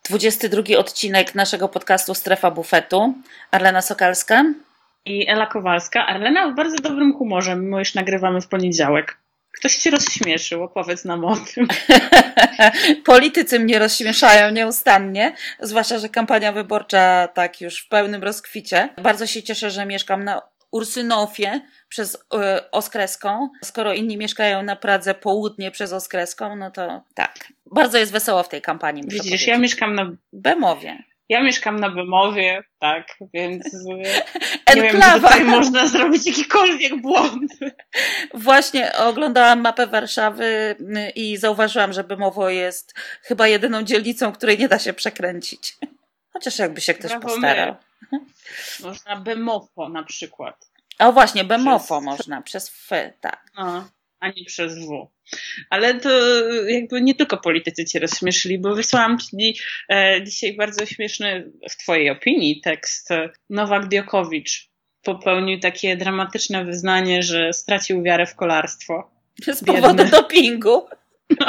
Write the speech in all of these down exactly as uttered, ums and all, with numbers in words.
dwudziesty drugi odcinek naszego podcastu Strefa Bufetu. Arlena Sokalska i Ela Kowalska. Arlena w bardzo dobrym humorze, mimo iż nagrywamy w poniedziałek. Ktoś się rozśmieszył, opowiedz nam o tym. Politycy mnie rozśmieszają nieustannie, zwłaszcza, że kampania wyborcza tak już w pełnym rozkwicie. Bardzo się cieszę, że mieszkam na Ursynofie przez y, Oskreską. Skoro inni mieszkają na Pradze Południe przez Oskreską, no to tak. Bardzo jest wesoło w tej kampanii. Widzisz, powiedzieć. Ja mieszkam na Bemowie. Ja mieszkam na Bemowie, tak, więc nie Enklawa. wiem, czy tutaj można zrobić jakikolwiek błąd. Właśnie oglądałam mapę Warszawy i zauważyłam, że Bemowo jest chyba jedyną dzielnicą, której nie da się przekręcić. Chociaż jakby się ktoś Brawo postarał. My. Można Bemofo na przykład. O właśnie, Bemofo przez... można, przez F, tak. No, a nie przez W. Ale to jakby nie tylko politycy cię rozśmieszyli, bo wysłałam ci e, dzisiaj bardzo śmieszny, w twojej opinii, tekst. Nowak Djokovic popełnił takie dramatyczne wyznanie, że stracił wiarę w kolarstwo. Z powodu dopingu. No.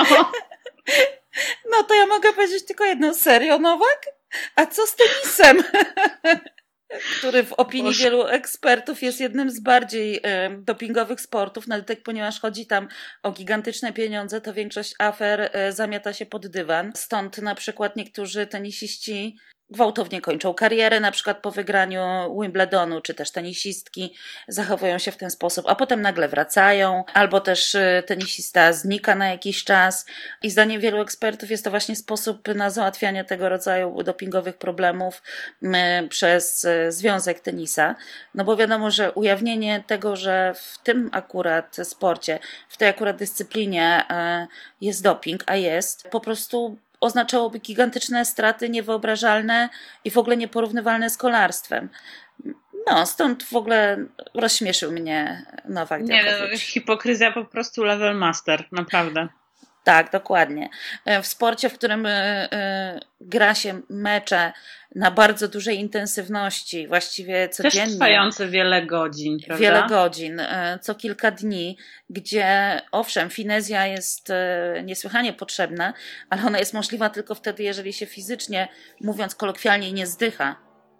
No to ja mogę powiedzieć tylko jedną. Serio, Nowak? A co z tenisem? Który w opinii Boże. wielu ekspertów jest jednym z bardziej e, dopingowych sportów, nawet tak, ponieważ chodzi tam o gigantyczne pieniądze, to większość afer e, zamiata się pod dywan. Stąd na przykład niektórzy tenisiści gwałtownie kończą karierę, na przykład po wygraniu Wimbledonu, czy też tenisistki zachowują się w ten sposób, a potem nagle wracają, albo też tenisista znika na jakiś czas i zdaniem wielu ekspertów jest to właśnie sposób na załatwianie tego rodzaju dopingowych problemów przez Związek Tenisa, no bo wiadomo, że ujawnienie tego, że w tym akurat sporcie, w tej akurat dyscyplinie jest doping, a jest, po prostu oznaczałoby gigantyczne straty niewyobrażalne i w ogóle nieporównywalne z kolarstwem. No, stąd w ogóle rozśmieszył mnie Nowak Djokovic. Nie, no, hipokryzja po prostu level master, naprawdę. Tak, dokładnie. W sporcie, w którym y, y, gra się mecze na bardzo dużej intensywności, właściwie codziennie. Też trwające wiele godzin, prawda? Wiele godzin, y, co kilka dni, gdzie owszem, finezja jest y, niesłychanie potrzebna, ale ona jest możliwa tylko wtedy, jeżeli się fizycznie, mówiąc kolokwialnie, nie zdycha.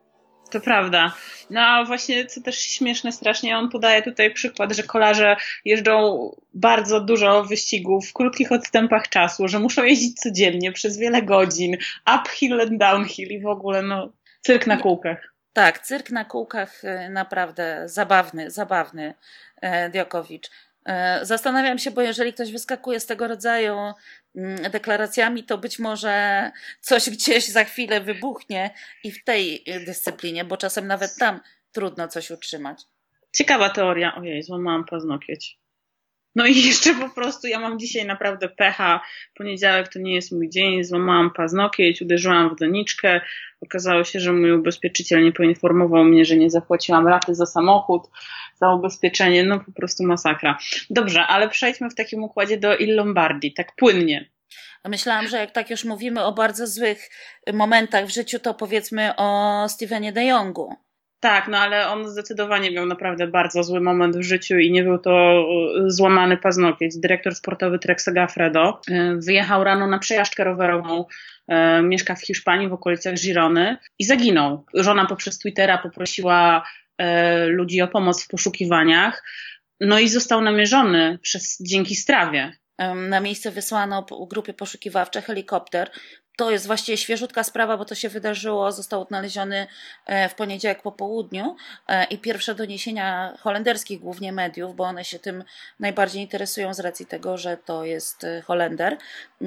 To prawda. No a właśnie, co też śmieszne strasznie, on podaje tutaj przykład, że kolarze jeżdżą bardzo dużo wyścigów w krótkich odstępach czasu, że muszą jeździć codziennie przez wiele godzin, uphill and downhill i w ogóle no cyrk na kółkach. Tak, cyrk na kółkach naprawdę zabawny, zabawny Djokovic. Zastanawiam się, bo jeżeli ktoś wyskakuje z tego rodzaju deklaracjami, to być może coś gdzieś za chwilę wybuchnie i w tej dyscyplinie, bo czasem nawet tam trudno coś utrzymać. Ciekawa teoria. Ojej, złamałam paznokieć. No i jeszcze po prostu ja mam dzisiaj naprawdę pecha. Poniedziałek to nie jest mój dzień. Złamałam paznokieć, uderzyłam w doniczkę. Okazało się, że mój ubezpieczyciel nie poinformował mnie, że nie zapłaciłam raty za samochód, za ubezpieczenie. No po prostu masakra. Dobrze, ale przejdźmy w takim układzie do Il Lombardi, tak płynnie. Myślałam, że jak tak już mówimy o bardzo złych momentach w życiu, to powiedzmy o Stevenie de Jongu. Tak, no ale on zdecydowanie miał naprawdę bardzo zły moment w życiu i nie był to złamany paznokieć. Dyrektor sportowy Trek Segafredo wyjechał rano na przejażdżkę rowerową, e, mieszka w Hiszpanii w okolicach Girony i zaginął. Żona poprzez Twittera poprosiła e, ludzi o pomoc w poszukiwaniach, no i został namierzony przez, dzięki strawie. Na miejsce wysłano grupy poszukiwawcze, helikopter. To jest właściwie świeżutka sprawa, bo to się wydarzyło, został odnaleziony w poniedziałek po południu i pierwsze doniesienia holenderskich głównie mediów, bo one się tym najbardziej interesują z racji tego, że to jest Holender,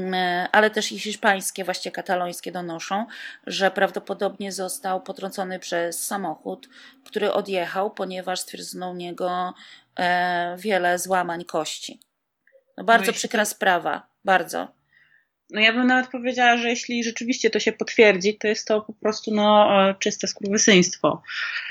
ale też i hiszpańskie, właściwie katalońskie donoszą, że prawdopodobnie został potrącony przez samochód, który odjechał, ponieważ stwierdzono u niego wiele złamań kości. No bardzo no przykra to... sprawa, bardzo. No ja bym nawet powiedziała, że jeśli rzeczywiście to się potwierdzi, to jest to po prostu no, czyste skurwysyństwo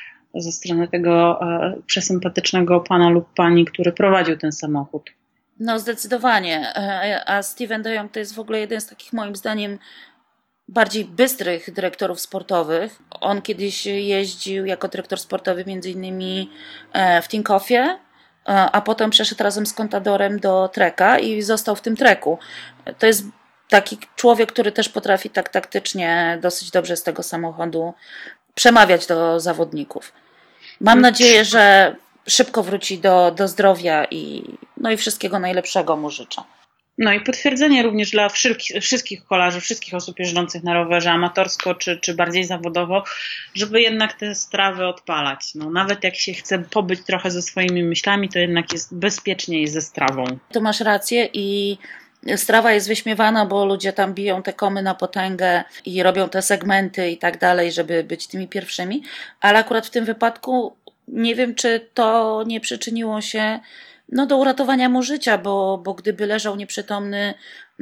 ze strony tego e, przesympatycznego pana lub pani, który prowadził ten samochód. No zdecydowanie, a Steven de Jong to jest w ogóle jeden z takich moim zdaniem bardziej bystrych dyrektorów sportowych. On kiedyś jeździł jako dyrektor sportowy między innymi w Tinkoffie, a potem przeszedł razem z Contadorem do Treka i został w tym Treku. To jest taki człowiek, który też potrafi tak taktycznie dosyć dobrze z tego samochodu przemawiać do zawodników. Mam nadzieję, że szybko wróci do, do zdrowia i, no i wszystkiego najlepszego mu życzę. No i potwierdzenie również dla wszystkich, wszystkich kolarzy, wszystkich osób jeżdżących na rowerze amatorsko czy, czy bardziej zawodowo, żeby jednak te strawy odpalać. No, nawet jak się chce pobyć trochę ze swoimi myślami, to jednak jest bezpieczniej ze strawą. Tu masz rację i strawa jest wyśmiewana, bo ludzie tam biją te komy na potęgę i robią te segmenty i tak dalej, żeby być tymi pierwszymi, ale akurat w tym wypadku nie wiem, czy to nie przyczyniło się no, do uratowania mu życia, bo, bo gdyby leżał nieprzytomny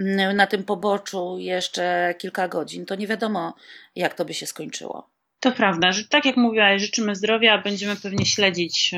na tym poboczu jeszcze kilka godzin, to nie wiadomo, jak to by się skończyło. To prawda, że tak jak mówiłaś, życzymy zdrowia, będziemy pewnie śledzić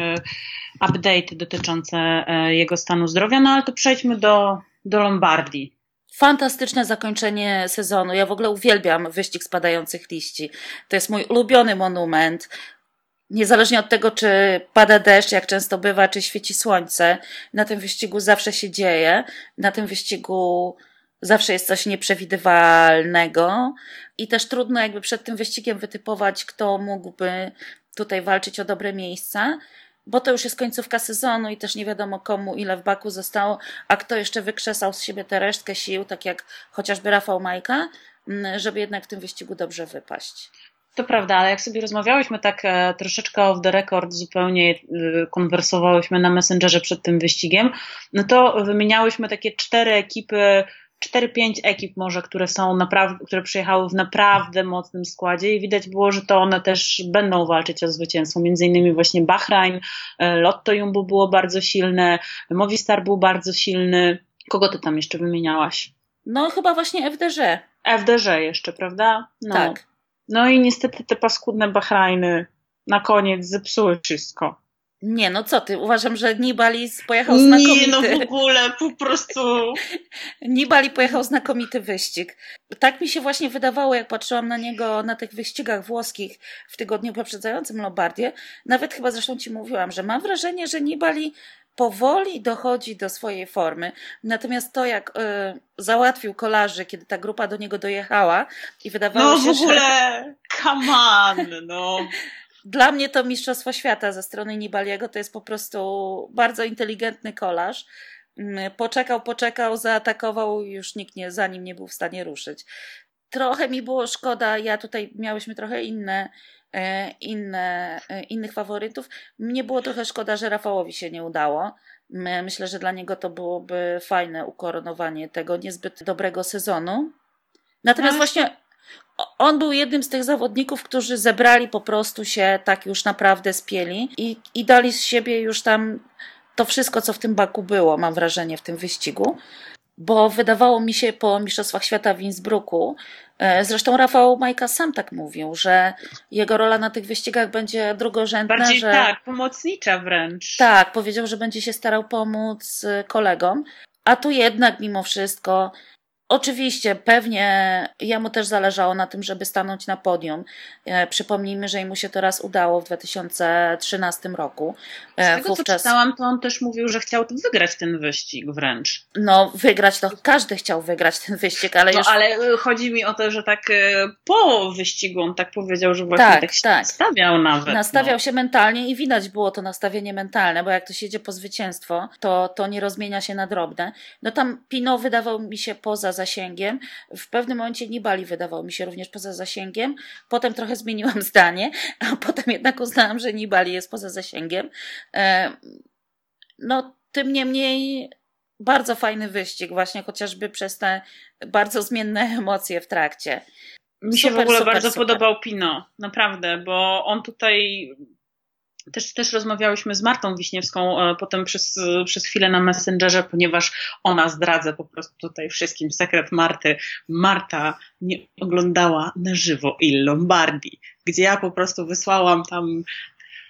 update dotyczące jego stanu zdrowia, no ale to przejdźmy do, do Lombardii. Fantastyczne zakończenie sezonu. Ja w ogóle uwielbiam wyścig spadających liści. To jest mój ulubiony monument. Niezależnie od tego, czy pada deszcz, jak często bywa, czy świeci słońce, na tym wyścigu zawsze się dzieje. Na tym wyścigu zawsze jest coś nieprzewidywalnego i też trudno jakby przed tym wyścigiem wytypować, kto mógłby tutaj walczyć o dobre miejsca, bo to już jest końcówka sezonu i też nie wiadomo komu ile w baku zostało, a kto jeszcze wykrzesał z siebie tę resztkę sił, tak jak chociażby Rafał Majka, żeby jednak w tym wyścigu dobrze wypaść. To prawda, ale jak sobie rozmawiałyśmy tak e, troszeczkę off the record, zupełnie e, konwersowałyśmy na Messengerze przed tym wyścigiem, no to wymieniałyśmy takie cztery ekipy, cztery, pięć ekip może, które są naprawdę, które przyjechały w naprawdę mocnym składzie i widać było, że to one też będą walczyć o zwycięstwo. Między innymi właśnie Bahrain, e, Lotto Jumbo było bardzo silne, Movistar był bardzo silny. Kogo ty tam jeszcze wymieniałaś? No chyba właśnie F D Ż. F D Ż jeszcze, prawda? No. Tak. No i niestety te paskudne Bahrajny na koniec zepsuły wszystko. Nie, no co ty, uważam, że Nibali pojechał znakomity. Nie, no w ogóle, po prostu. Nibali pojechał znakomity wyścig. Tak mi się właśnie wydawało, jak patrzyłam na niego na tych wyścigach włoskich w tygodniu poprzedzającym Lombardię. Nawet chyba zresztą ci mówiłam, że mam wrażenie, że Nibali powoli dochodzi do swojej formy. Natomiast to, jak y, załatwił kolarzy, kiedy ta grupa do niego dojechała i wydawało no, się, w ogóle, że... come on, no. Dla mnie to Mistrzostwo Świata ze strony Nibaliego to jest po prostu bardzo inteligentny kolarz. Poczekał, poczekał, zaatakował i już nikt nie, za nim nie był w stanie ruszyć. Trochę mi było szkoda, ja tutaj miałyśmy trochę inne, inne, innych faworytów. Mnie było trochę szkoda, że Rafałowi się nie udało. Myślę, że dla niego to byłoby fajne ukoronowanie tego niezbyt dobrego sezonu. Natomiast no, właśnie on był jednym z tych zawodników, którzy zebrali po prostu się tak już naprawdę spieli i, i dali z siebie już tam to wszystko, co w tym Baku było, mam wrażenie, w tym wyścigu. Bo wydawało mi się po Mistrzostwach Świata w Innsbrucku, zresztą Rafał Majka sam tak mówił, że jego rola na tych wyścigach będzie drugorzędna. Bardziej że, tak, pomocnicza wręcz. Tak, powiedział, że będzie się starał pomóc kolegom, a tu jednak mimo wszystko oczywiście, pewnie jemu też zależało na tym, żeby stanąć na podium. E, przypomnijmy, że mu się to raz udało w dwa tysiące trzynastym roku. E, Z tego, Wówczas... co czytałam, to on też mówił, że chciał wygrać ten wyścig wręcz. No, wygrać to każdy chciał wygrać ten wyścig, ale no, już... ale chodzi mi o to, że tak po wyścigu on tak powiedział, że właśnie tak, tak się tak. nastawiał nawet. Nastawiał no. się mentalnie i widać było to nastawienie mentalne, bo jak to się jedzie po zwycięstwo, to, to nie rozmienia się na drobne. No tam Pinot wydawał mi się poza zasięgiem. W pewnym momencie Nibali wydawał mi się również poza zasięgiem. Potem trochę zmieniłam zdanie, a potem jednak uznałam, że Nibali jest poza zasięgiem. No, tym niemniej bardzo fajny wyścig, właśnie chociażby przez te bardzo zmienne emocje w trakcie. Mi się super, w ogóle super, bardzo super. podobał Pinot, naprawdę, bo on tutaj... Też, też rozmawiałyśmy z Martą Wiśniewską potem przez, przez chwilę na Messengerze, ponieważ ona zdradza po prostu tutaj wszystkim sekret Marty. Marta nie oglądała na żywo Il Lombardii, gdzie ja po prostu wysłałam tam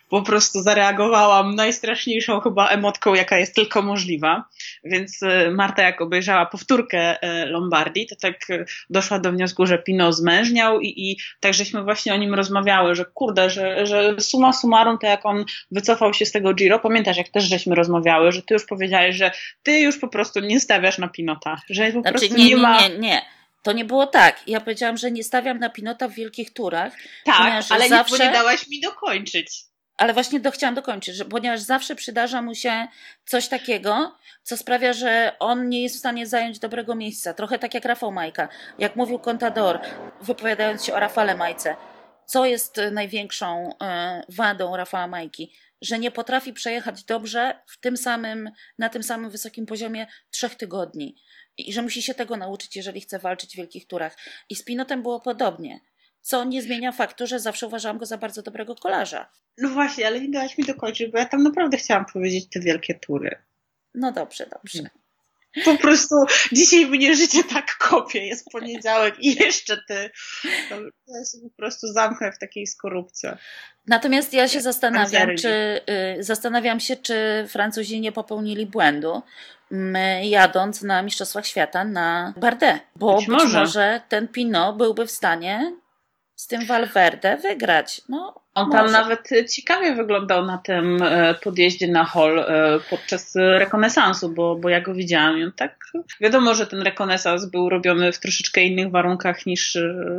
po prostu zareagowałam najstraszniejszą chyba emotką, jaka jest tylko możliwa. Więc Marta, jak obejrzała powtórkę Lombardii, to tak doszła do wniosku, że Pinot zmężniał i, i tak żeśmy właśnie o nim rozmawiały, że kurde, że, że summa summarum to jak on wycofał się z tego Giro, pamiętasz jak też żeśmy rozmawiały, że ty już powiedziałeś, że ty już po prostu nie stawiasz na Pinota, że po znaczy, prostu nie, nie, nie ma... Nie, nie, nie. To nie było tak. Ja powiedziałam, że nie stawiam na Pinota w wielkich turach. Tak, ale zawsze... nie dałaś mi dokończyć. Ale właśnie to chciałam dokończyć, że, ponieważ zawsze przydarza mu się coś takiego, co sprawia, że on nie jest w stanie zająć dobrego miejsca. Trochę tak jak Rafał Majka. Jak mówił Contador, wypowiadając się o Rafale Majce, co jest największą wadą Rafała Majki? Że nie potrafi przejechać dobrze w tym samym, na tym samym wysokim poziomie trzech tygodni. I że musi się tego nauczyć, jeżeli chce walczyć w wielkich turach. I z Pinotem było podobnie. Co nie zmienia faktu, że zawsze uważałam go za bardzo dobrego kolarza. No właśnie, ale nie dałaś mi dokończyć, bo ja tam naprawdę chciałam powiedzieć te wielkie tury. No dobrze, dobrze. Po prostu dzisiaj mnie życie tak kopie, jest poniedziałek i jeszcze ty. To ja się po prostu zamknę w takiej skorupce. Natomiast ja się zastanawiam, czy, y, zastanawiam się, czy Francuzi nie popełnili błędu, my, jadąc na Mistrzostwach Świata na Bardet. Bo być, być może. może ten Pinot byłby w stanie z tym Valverde wygrać. No, On może. tam nawet ciekawie wyglądał na tym podjeździe na Hol podczas rekonesansu, bo, bo ja go widziałam i on tak, wiadomo, że ten rekonesans był robiony w troszeczkę innych warunkach niż,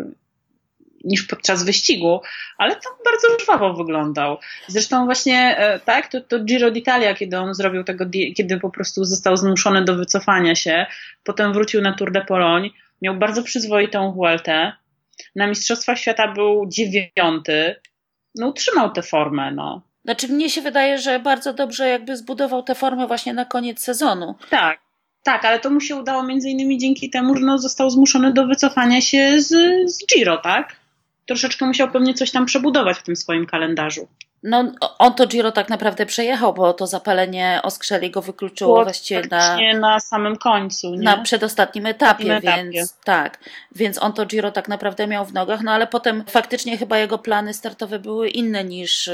niż podczas wyścigu, ale tam bardzo żwawo wyglądał. Zresztą właśnie tak, to, to Giro d'Italia, kiedy on zrobił tego, kiedy po prostu został zmuszony do wycofania się, potem wrócił na Tour de Pologne, miał bardzo przyzwoitą Vueltę. Na Mistrzostwach Świata był dziewiąty. No utrzymał tę formę, no. Znaczy mnie się wydaje, że bardzo dobrze jakby zbudował tę formę właśnie na koniec sezonu. Tak, tak, ale to mu się udało między innymi dzięki temu, że no, został zmuszony do wycofania się z, z Giro, tak? Troszeczkę musiał pewnie coś tam przebudować w tym swoim kalendarzu. No on to Giro tak naprawdę przejechał, bo to zapalenie oskrzeli go wykluczyło Było właściwie na, na samym końcu. Nie? Na przedostatnim etapie, etapie, więc tak. Więc on to Giro tak naprawdę miał w nogach, no ale potem faktycznie chyba jego plany startowe były inne niż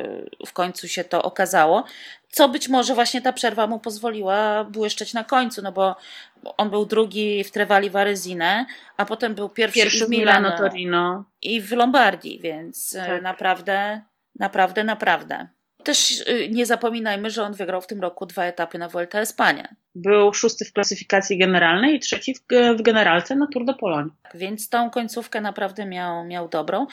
w końcu się to okazało. Co być może właśnie ta przerwa mu pozwoliła błyszczeć na końcu, no bo on był drugi w Trevali Varesine, a potem był pierwszy, pierwszy w Milano, Milano Torino i w Lombardii, więc tak. naprawdę, naprawdę, naprawdę. Też nie zapominajmy, że on wygrał w tym roku dwa etapy na Vuelta a España. Był szósty w klasyfikacji generalnej i trzeci w, w generalce na Tour de Pologne. Więc tą końcówkę naprawdę miał, miał dobrą.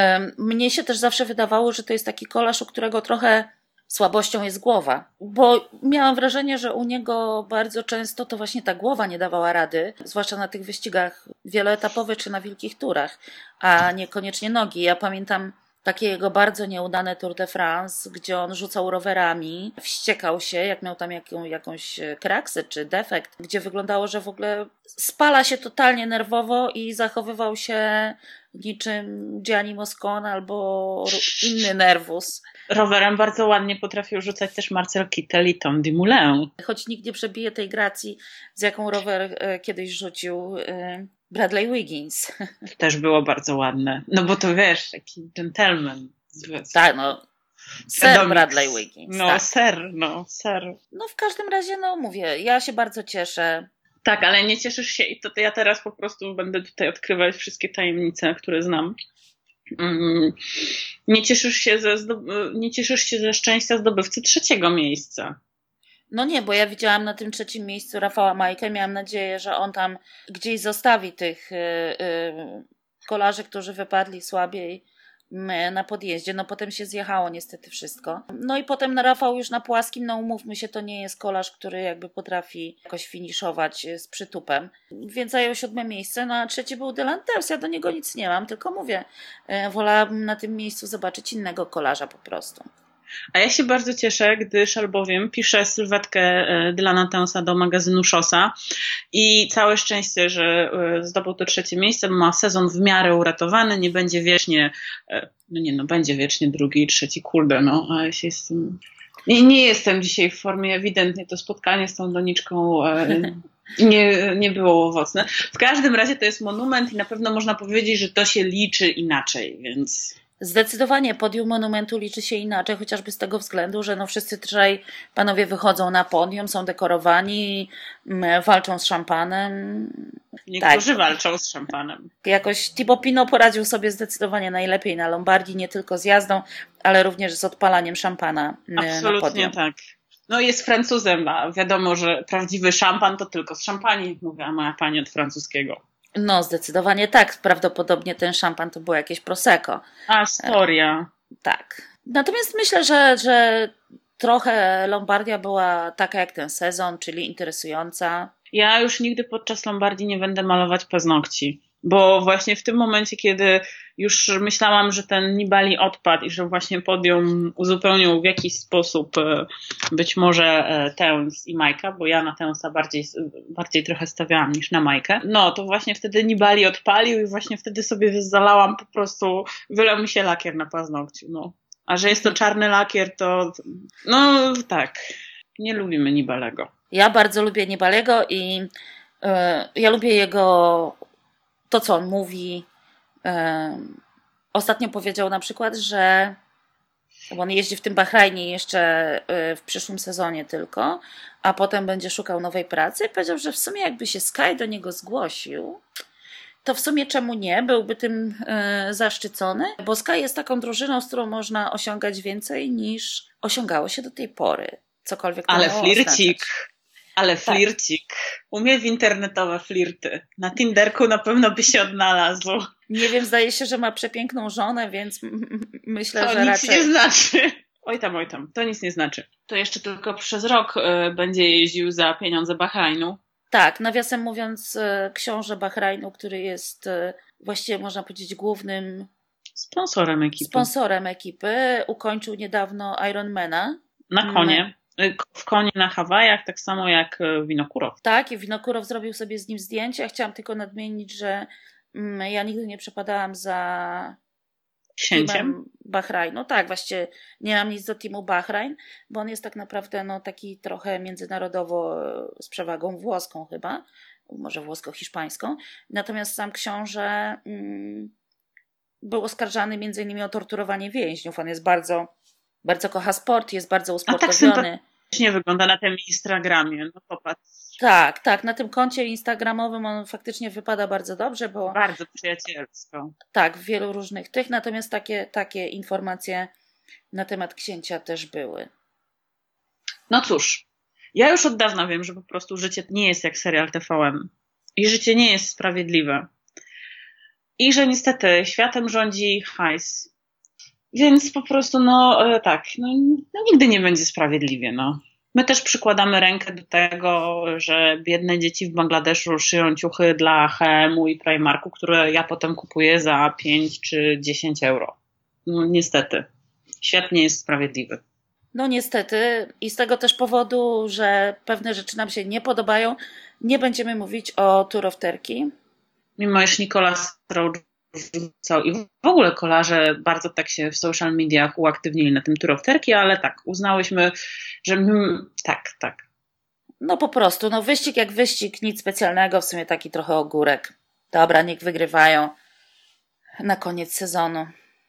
Mnie się też zawsze wydawało, że to jest taki kolarz, u którego trochę słabością jest głowa, bo miałam wrażenie, że u niego bardzo często to właśnie ta głowa nie dawała rady, zwłaszcza na tych wyścigach wieloetapowych czy na wielkich turach, a niekoniecznie nogi. Ja pamiętam takie jego bardzo nieudane Tour de France, gdzie on rzucał rowerami, wściekał się, jak miał tam jaką, jakąś kraksę czy defekt, gdzie wyglądało, że w ogóle spala się totalnie nerwowo i zachowywał się niczym Gianni Moscon albo inny nerwus. Rowerem bardzo ładnie potrafił rzucać też Marcel Kittel i Tom Dumoulin. Choć nikt nie przebije tej gracji, z jaką rower kiedyś rzucił Bradley Wiggins. To też było bardzo ładne. No bo to wiesz, taki gentleman. Tak, no. Sir Bradley Wiggins. No, tak. sir, no, sir. No w każdym razie, no mówię, ja się bardzo cieszę. Tak, ale nie cieszysz się i to, to ja teraz po prostu będę tutaj odkrywać wszystkie tajemnice, które znam. Mm. Nie cieszysz się ze, nie cieszysz się ze szczęścia zdobywcy trzeciego miejsca. No nie, bo ja widziałam na tym trzecim miejscu Rafała Majkę. Miałam nadzieję, że on tam gdzieś zostawi tych yy, yy, kolarzy, którzy wypadli słabiej yy, na podjeździe. No potem się zjechało niestety wszystko. No i potem na Rafał już na płaskim, no umówmy się, to nie jest kolarz, który jakby potrafi jakoś finiszować z przytupem. Więc zajął siódme miejsce, no a trzeci był Dylan Teuns. Ja do niego nic nie mam, tylko mówię, yy, wolałabym na tym miejscu zobaczyć innego kolarza po prostu. A ja się bardzo cieszę, gdyż albowiem piszę sylwetkę Dylana Teunsa do magazynu Szosa i całe szczęście, że zdobył to trzecie miejsce, ma sezon w miarę uratowany, nie będzie wiecznie, no nie no, będzie wiecznie drugi i trzeci, kurde, no, a ja się jestem, nie, nie jestem dzisiaj w formie, ewidentnie to spotkanie z tą doniczką nie, nie było owocne. W każdym razie to jest monument i na pewno można powiedzieć, że to się liczy inaczej, więc... Zdecydowanie podium Monumentu liczy się inaczej, chociażby z tego względu, że no wszyscy trzej panowie wychodzą na podium, są dekorowani, walczą z szampanem. Niektórzy tak. walczą z szampanem. Jakoś Thibaut Pinot poradził sobie zdecydowanie najlepiej na Lombardii, nie tylko z jazdą, ale również z odpalaniem szampana Absolutnie na podium. tak. No jest Francuzem, a wiadomo, że prawdziwy szampan to tylko z szampanii, jak mówiła moja pani od francuskiego. No zdecydowanie tak, prawdopodobnie ten szampan to było jakieś Prosecco. Astoria. E, tak. Natomiast myślę, że, że trochę Lombardia była taka jak ten sezon, czyli interesująca. Ja już nigdy podczas Lombardii nie będę malować paznokci, bo właśnie w tym momencie, kiedy już myślałam, że ten Nibali odpadł i że właśnie podium uzupełnił w jakiś sposób być może Teuns i Majka, bo ja na Teunsa bardziej, bardziej trochę stawiałam niż na Majkę, no to właśnie wtedy Nibali odpalił i właśnie wtedy sobie zalałam po prostu, wylał mi się lakier na paznokciu, no. A że jest to czarny lakier, to no tak, nie lubimy Nibalego. Ja bardzo lubię Nibaliego i yy, ja lubię jego, to co on mówi. Yy, ostatnio powiedział na przykład, że bo on jeździ w tym Bahrajnie jeszcze yy, w przyszłym sezonie tylko, a potem będzie szukał nowej pracy. Powiedział, że w sumie jakby się Sky do niego zgłosił, to w sumie czemu nie? Byłby tym yy, zaszczycony, bo Sky jest taką drużyną, z którą można osiągać więcej niż osiągało się do tej pory. Cokolwiek to Ale miało flircik. oznaczać. Ale flircik. Tak. Umie w internetowe flirty. Na Tinderku na pewno by się odnalazł. Nie wiem, zdaje się, że ma przepiękną żonę, więc m- m- myślę, to że nic raczej... nie znaczy. Oj tam, oj tam. To nic nie znaczy. To jeszcze tylko przez rok y, będzie jeździł za pieniądze Bahrajnu. Tak, nawiasem mówiąc, y, książę Bahrajnu, który jest y, właściwie można powiedzieć głównym sponsorem ekipy. Sponsorem ekipy, ukończył niedawno Ironmana. Na konie. W konie na Hawajach, tak samo jak Winokurow. Tak, i Winokurow zrobił sobie z nim zdjęcie. Ja chciałam tylko nadmienić, że mm, ja nigdy nie przepadałam za księciem Bahrajnu. Tak, właściwie nie mam nic do teamu Bahrajn, bo on jest tak naprawdę no, taki trochę międzynarodowo z przewagą włoską chyba, może włosko-hiszpańską. Natomiast sam książę mm, był oskarżany między innymi o torturowanie więźniów. On jest bardzo, bardzo kocha sport, jest bardzo usportowiony. Nie wygląda na tym Instagramie, no popatrz. Tak, tak, na tym koncie instagramowym on faktycznie wypada bardzo dobrze, bo... Bardzo przyjacielsko. Tak, w wielu różnych tych, natomiast takie, takie informacje na temat księcia też były. No cóż, ja już od dawna wiem, że po prostu życie nie jest jak serial T V N i życie nie jest sprawiedliwe. I że niestety światem rządzi hajs. Więc po prostu, no tak, no, no nigdy nie będzie sprawiedliwie, no. My też przykładamy rękę do tego, że biedne dzieci w Bangladeszu szyją ciuchy dla H and M i Primarku, które ja potem kupuję za pięć czy dziesięć euro. No niestety, świat nie jest sprawiedliwy. No niestety i z tego też powodu, że pewne rzeczy nam się nie podobają, nie będziemy mówić o Tour of Turkey. Mimo iż Nicolas Roach rzucał i w ogóle kolarze bardzo tak się w social mediach uaktywnili na tym Tour of Turkey, ale tak, uznałyśmy, że my, tak, tak. No po prostu, no wyścig jak wyścig, nic specjalnego, w sumie taki trochę ogórek. Dobra, niech wygrywają na koniec sezonu.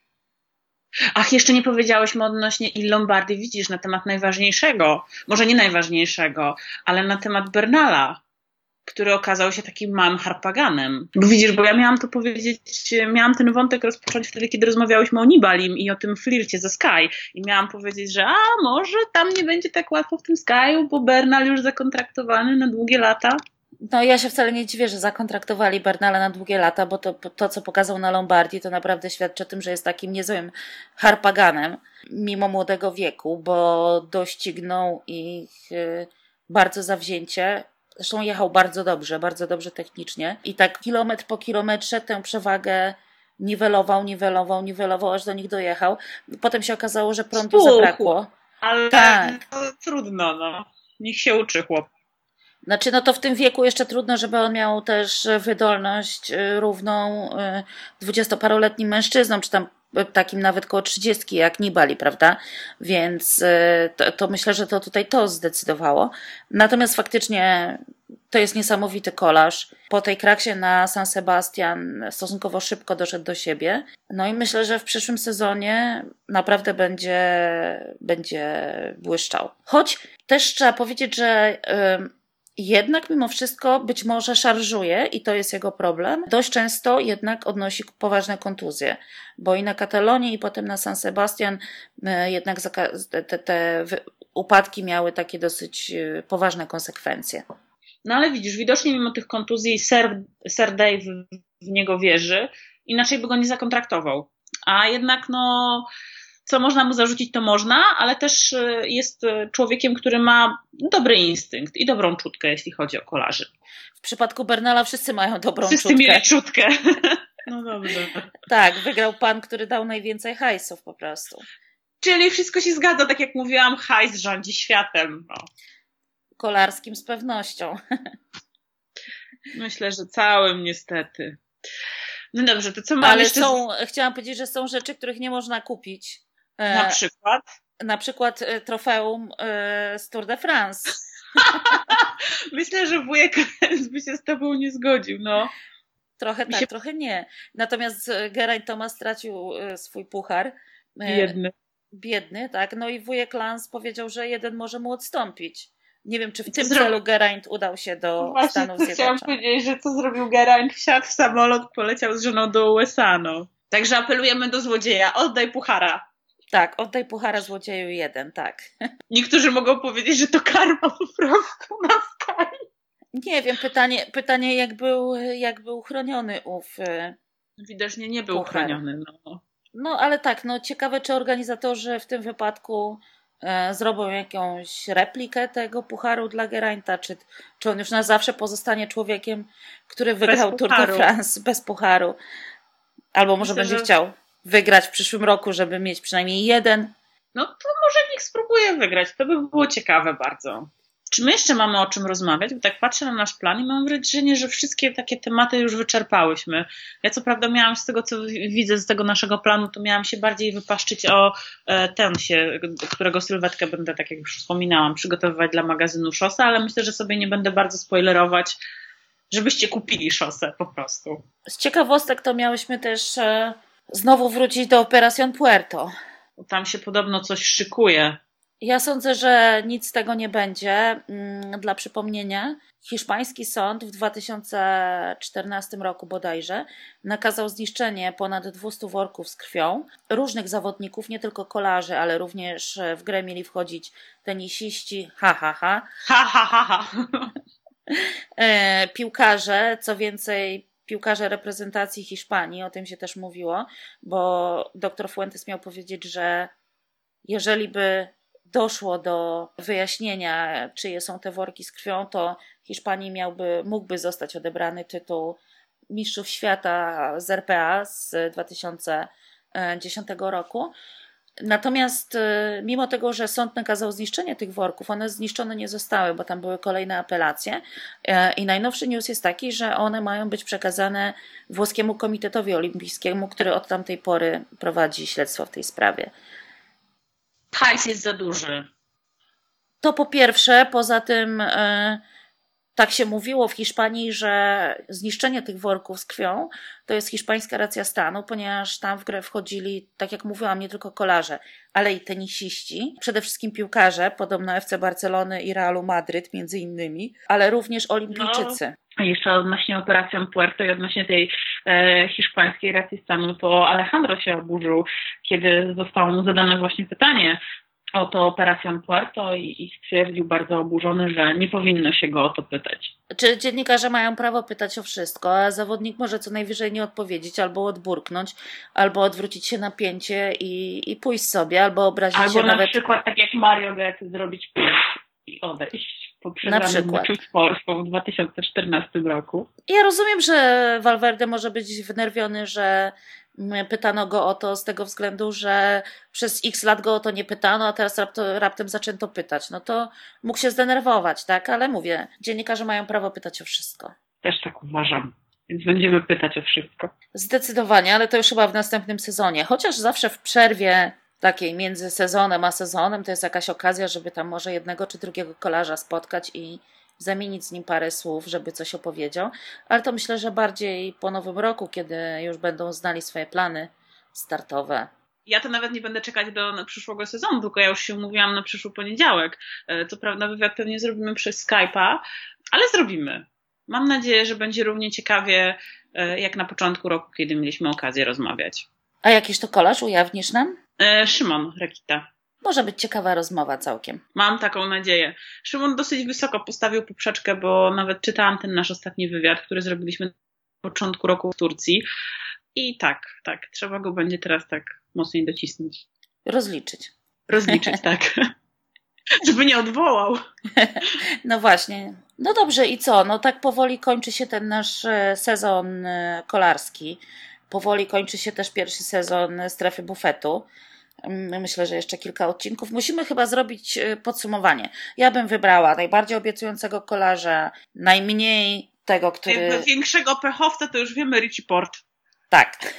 Ach, jeszcze nie powiedziałyśmy odnośnie Il Lombardi, widzisz, na temat najważniejszego, może nie najważniejszego, ale na temat Bernala, który okazał się takim małym harpaganem. Bo widzisz, bo ja miałam to powiedzieć, miałam ten wątek rozpocząć wtedy, kiedy rozmawiałyśmy o Nibalim i o tym flircie ze Sky. I miałam powiedzieć, że a może tam nie będzie tak łatwo w tym Sky'u, bo Bernal już zakontraktowany na długie lata. No ja się wcale nie dziwię, że zakontraktowali Bernala na długie lata, bo to, to co pokazał na Lombardii, to naprawdę świadczy o tym, że jest takim niezłym harpaganem, mimo młodego wieku, bo doścignął ich bardzo zawzięcie. Zresztą jechał bardzo dobrze, bardzo dobrze technicznie. I tak kilometr po kilometrze tę przewagę niwelował, niwelował, niwelował, aż do nich dojechał. Potem się okazało, że prądu Słuchu, zabrakło. Ale tak. No, trudno, no. Niech się uczy chłop. Znaczy, no to w tym wieku jeszcze trudno, żeby on miał też wydolność równą dwudziestoparoletnim mężczyznom, czy tam takim nawet koło trzydziestki, jak Nibali, prawda? Więc to, to myślę, że to tutaj to zdecydowało. Natomiast faktycznie To jest niesamowity kolarz. Po tej kraksie na San Sebastian stosunkowo szybko doszedł do siebie. No i myślę, że w przyszłym sezonie naprawdę będzie, będzie błyszczał. Choć też trzeba powiedzieć, że yy, jednak mimo wszystko być może szarżuje i to jest jego problem. Dość często jednak odnosi poważne kontuzje, bo i na Katalonii i potem na San Sebastian yy, jednak te, te, te upadki miały takie dosyć yy, poważne konsekwencje. No ale widzisz, widocznie mimo tych kontuzji Sir, Sir Dave w niego wierzy, inaczej by go nie zakontraktował. A jednak no, co można mu zarzucić, to można, ale też jest człowiekiem, który ma dobry instynkt i dobrą czutkę, jeśli chodzi o kolarzy. W przypadku Bernala wszyscy mają dobrą wszyscy czutkę. Wszyscy mieli czutkę. No dobrze. Tak, wygrał pan, który dał najwięcej hajsów po prostu. Czyli wszystko się zgadza, tak jak mówiłam, hajs rządzi światem. No. Kolarskim z pewnością. Myślę, że całym niestety. No dobrze, to co mamy Ale jeszcze? są, chciałam powiedzieć, że są rzeczy, których nie można kupić. Na przykład? Na przykład trofeum z Tour de France. Myślę, że wujek by się z tobą nie zgodził, no. Trochę tak, się... trochę nie. Natomiast Geraint Thomas stracił swój puchar. Biedny. Biedny, tak. No i wujek Lance powiedział, że jeden może mu odstąpić. Nie wiem, czy w tym zro... celu Geraint udał się do Właśnie, Stanów Zjednoczonych. Chciałam powiedzieć, że co zrobił Geraint? Wsiadł w samolot, poleciał z żoną do U S A, no. Także apelujemy do złodzieja, oddaj puchara. Tak, oddaj puchara złodzieju jeden, tak. Niektórzy mogą powiedzieć, że to karma po prostu na skali. Nie wiem, pytanie, pytanie jak był, jak był chroniony ów Widocznie nie był puchar. chroniony, no. No ale tak, no ciekawe, czy organizatorzy w tym wypadku e, zrobią jakąś replikę tego pucharu dla Gerainta, czy, czy on już na zawsze pozostanie człowiekiem, który wygrał Tour de France bez pucharu. Albo może Myślę, będzie że... chciał wygrać w przyszłym roku, żeby mieć przynajmniej jeden. No to może niech spróbuje wygrać, to by było ciekawe bardzo. Czy my jeszcze mamy o czym rozmawiać? Bo tak patrzę na nasz plan i mam wrażenie, że wszystkie takie tematy już wyczerpałyśmy. Ja co prawda miałam z tego, co widzę z tego naszego planu, to miałam się bardziej wypaszczyć o ten się, którego sylwetkę będę, tak jak już wspominałam, przygotowywać dla magazynu Szosa, ale myślę, że sobie nie będę bardzo spoilerować, żebyście kupili Szosę po prostu. Z ciekawostek to miałyśmy też e, znowu wrócić do Operación Puerto. Tam się podobno coś szykuje. Ja sądzę, że nic z tego nie będzie. Dla przypomnienia, hiszpański sąd w dwa tysiące czternastym roku bodajże nakazał zniszczenie ponad dwieście worków z krwią różnych zawodników, nie tylko kolarzy, ale również w grę mieli wchodzić tenisiści, ha ha ha, ha ha ha, ha. e, piłkarze, co więcej piłkarze reprezentacji Hiszpanii, o tym się też mówiło, bo doktor Fuentes miał powiedzieć, że jeżeli by doszło do wyjaśnienia, czyje są te worki z krwią, to Hiszpanii miałby, mógłby zostać odebrany tytuł mistrzów świata z R P A z dwa tysiące dziesiątego roku. Natomiast mimo tego, że sąd nakazał zniszczenie tych worków, one zniszczone nie zostały, bo tam były kolejne apelacje i najnowszy news jest taki, że one mają być przekazane włoskiemu Komitetowi Olimpijskiemu, który od tamtej pory prowadzi śledztwo w tej sprawie. Hajs jest za duży. To po pierwsze, poza tym e, tak się mówiło w Hiszpanii, że zniszczenie tych worków z krwią to jest hiszpańska racja stanu, ponieważ tam w grę wchodzili, tak jak mówiłam, nie tylko kolarze, ale i tenisiści, przede wszystkim piłkarze, podobno F C Barcelony i Realu Madryt między innymi, ale również olimpijczycy. No, jeszcze odnośnie Operación Puerto i odnośnie tej e, hiszpańskiej racji stanu, to Alejandro się oburzył, kiedy zostało mu zadane właśnie pytanie o to Operación Puerto i, i stwierdził bardzo oburzony, że nie powinno się go o to pytać. Czy dziennikarze mają prawo pytać o wszystko, a zawodnik może co najwyżej nie odpowiedzieć, albo odburknąć, albo odwrócić się na pięcie i, i pójść sobie, albo obrazić albo się na nawet... Albo na przykład tak jak Mario Götze zrobić pięć i odejść po przegranym meczu z Polską w dwa tysiące czternastym roku. Ja rozumiem, że Valverde może być wnerwiony, że pytano go o to z tego względu, że przez x lat go o to nie pytano, a teraz rapto, raptem zaczęto pytać. No to mógł się zdenerwować, tak? Ale mówię, dziennikarze mają prawo pytać o wszystko. Też tak uważam. Więc będziemy pytać o wszystko. Zdecydowanie, ale to już chyba w następnym sezonie. Chociaż zawsze w przerwie takiej między sezonem a sezonem to jest jakaś okazja, żeby tam może jednego czy drugiego kolarza spotkać i zamienić z nim parę słów, żeby coś opowiedział, ale to myślę, że bardziej po nowym roku, kiedy już będą znali swoje plany startowe. Ja to nawet nie będę czekać do przyszłego sezonu, tylko ja już się umówiłam na przyszły poniedziałek. Co prawda wywiad pewnie zrobimy przez Skype'a, ale zrobimy. Mam nadzieję, że będzie równie ciekawie jak na początku roku, kiedy mieliśmy okazję rozmawiać. A jakiś to kolaż ujawnisz nam? E, Szymon Rekita. Może być ciekawa rozmowa całkiem. Mam taką nadzieję. Szymon dosyć wysoko postawił poprzeczkę, bo nawet czytałam ten nasz ostatni wywiad, który zrobiliśmy na początku roku w Turcji. I tak, tak, trzeba go będzie teraz tak mocniej docisnąć. Rozliczyć. Rozliczyć, tak. Żeby nie odwołał. No właśnie. No dobrze, i co? No tak powoli kończy się ten nasz sezon kolarski. Powoli kończy się też pierwszy sezon Strefy Bufetu. Myślę, że jeszcze kilka odcinków. Musimy chyba zrobić podsumowanie. Ja bym wybrała najbardziej obiecującego kolarza, najmniej tego, który... Większego pechowca to już wiemy, Richie Port. Tak.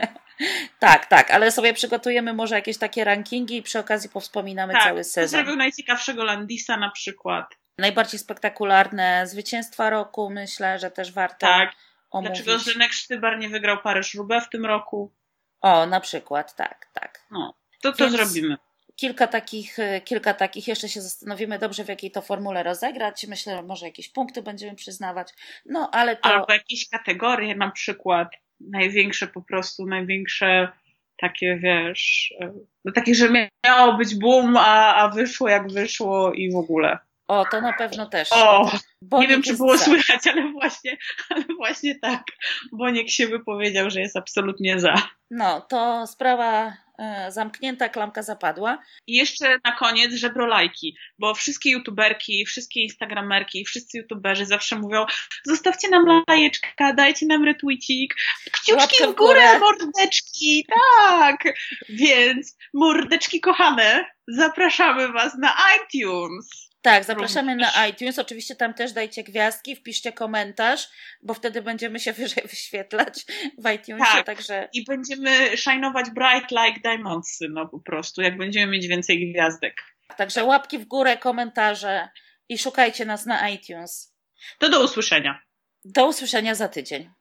Tak, tak, ale sobie przygotujemy może jakieś takie rankingi i przy okazji powspominamy tak, cały sezon. Tak, zrobił najciekawszego Landisa na przykład. Najbardziej spektakularne zwycięstwa roku, myślę, że też warto tak. omówić. Dlaczego Zdenek Sztybar nie wygrał Paryż-Roubaix w tym roku? O, na przykład, tak, tak. No, to to Więc zrobimy. Kilka takich, kilka takich, jeszcze się zastanowimy dobrze, w jakiej to formule rozegrać. Myślę, że może jakieś punkty będziemy przyznawać. No, ale to... Albo jakieś kategorie, na przykład największe po prostu, największe takie, wiesz, no takie, że miało być boom, a, a wyszło jak wyszło i w ogóle. O, to na pewno też. O, nie wiem, czy było za. słychać, ale właśnie, ale właśnie tak. Boniek się wypowiedział, że jest absolutnie za. No, to sprawa e, zamknięta, klamka zapadła. I jeszcze na koniec żebrolajki, bo wszystkie youtuberki, wszystkie instagramerki, wszyscy youtuberzy zawsze mówią: zostawcie nam lajeczkę, dajcie nam retweetik, kciuczki w górę, mordeczki, tak! Więc mordeczki kochane, zapraszamy was na iTunes. Tak, zapraszamy na iTunes. Oczywiście tam też dajcie gwiazdki, wpiszcie komentarz, bo wtedy będziemy się wyżej wyświetlać w iTunesie. Tak, także... i będziemy shinować bright like diamonds, no po prostu, jak będziemy mieć więcej gwiazdek. Także łapki w górę, komentarze i szukajcie nas na iTunes. To do usłyszenia. Do usłyszenia za tydzień.